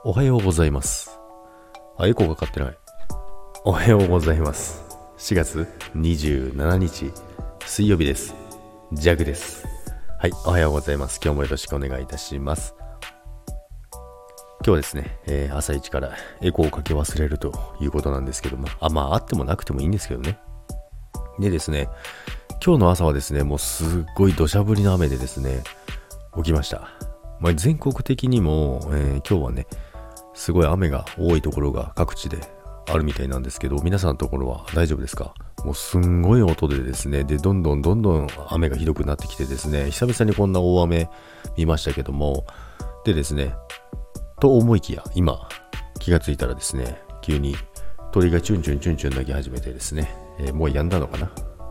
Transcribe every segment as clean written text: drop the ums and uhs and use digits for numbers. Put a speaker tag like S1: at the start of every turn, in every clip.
S1: おはようございます。エコーかかってない。おはようございます。4月27日水曜日です。ジャグです。はい、おはようございます。今日もよろしくお願いいたします。今日はですね、朝一からエコーをかけ忘れるということなんですけども、あってもなくてもいいんですけどね。でですね、今日の朝はですね、もうすっごい土砂降りの雨でですね、起きました。全国的にも、今日はね、すごい雨が多いところが各地であるみたいなんですけど、皆さんのところは大丈夫ですか？もうすんごい音でですね、でどんどん雨がひどくなってきてですね、久々にこんな大雨見ましたけども、でですね、と思いきや今気がついたらですね、急に鳥がチュンチュン鳴き始めてですね、もう止んだのかな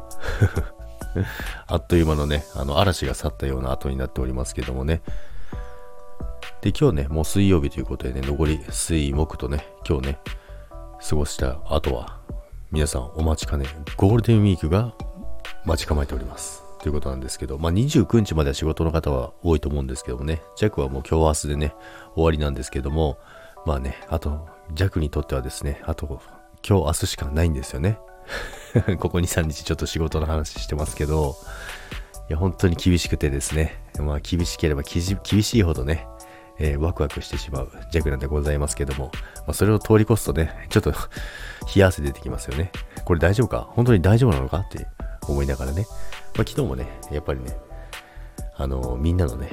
S1: あっという間のね、嵐が去ったような後になっておりますけどもね。で、今日ね、もう水曜日ということでね、残り水木とね、今日ね、過ごした後は、皆さんお待ちかね、ゴールデンウィークが待ち構えております。ということなんですけど、29日までは仕事の方は多いと思うんですけどもね、弱はもう今日明日でね、終わりなんですけども、あと、弱にとってはですね、あと、今日明日しかないんですよね。ここ2、3日ちょっと仕事の話してますけど、いや、本当に厳しくてですね、厳しければ厳しいほどね、ワクワクしてしまう弱なんでございますけども、それを通り越すとね、ちょっと冷や汗出てきますよね。これ大丈夫か？本当に大丈夫なのかって思いながらね、昨日もね、やっぱりね、みんなのね、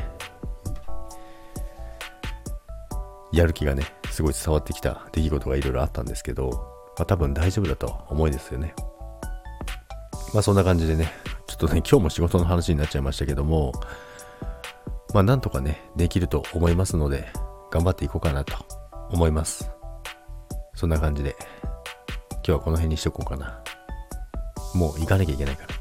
S1: やる気がね、すごい伝わってきた出来事がいろいろあったんですけど、多分大丈夫だと思いですよね。そんな感じでね、ちょっとね、今日も仕事の話になっちゃいましたけども、なんとかね、できると思いますので、頑張っていこうかなと思います。そんな感じで、今日はこの辺にしとこうかな。もう行かなきゃいけないから。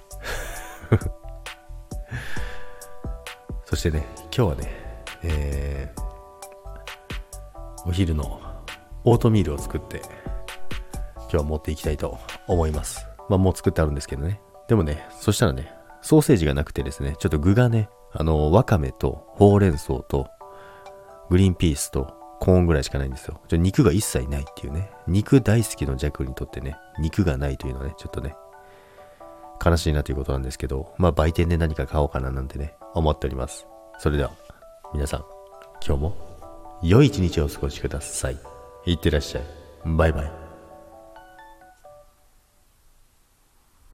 S1: そしてね、今日はね、お昼のオートミールを作って、今日は持っていきたいと思います。もう作ってあるんですけどね。でもね、そしたらね、ソーセージがなくてですね、ちょっと具がね、わかめとほうれん草とグリーンピースとコーンぐらいしかないんですよ。肉が一切ないっていうね。肉大好きのジャックにとってね、肉がないというのはね、ちょっとね、悲しいなということなんですけど、売店で何か買おうかななんてね、思っております。それでは、皆さん、今日も良い一日をお過ごしください。いってらっしゃい。バイバイ。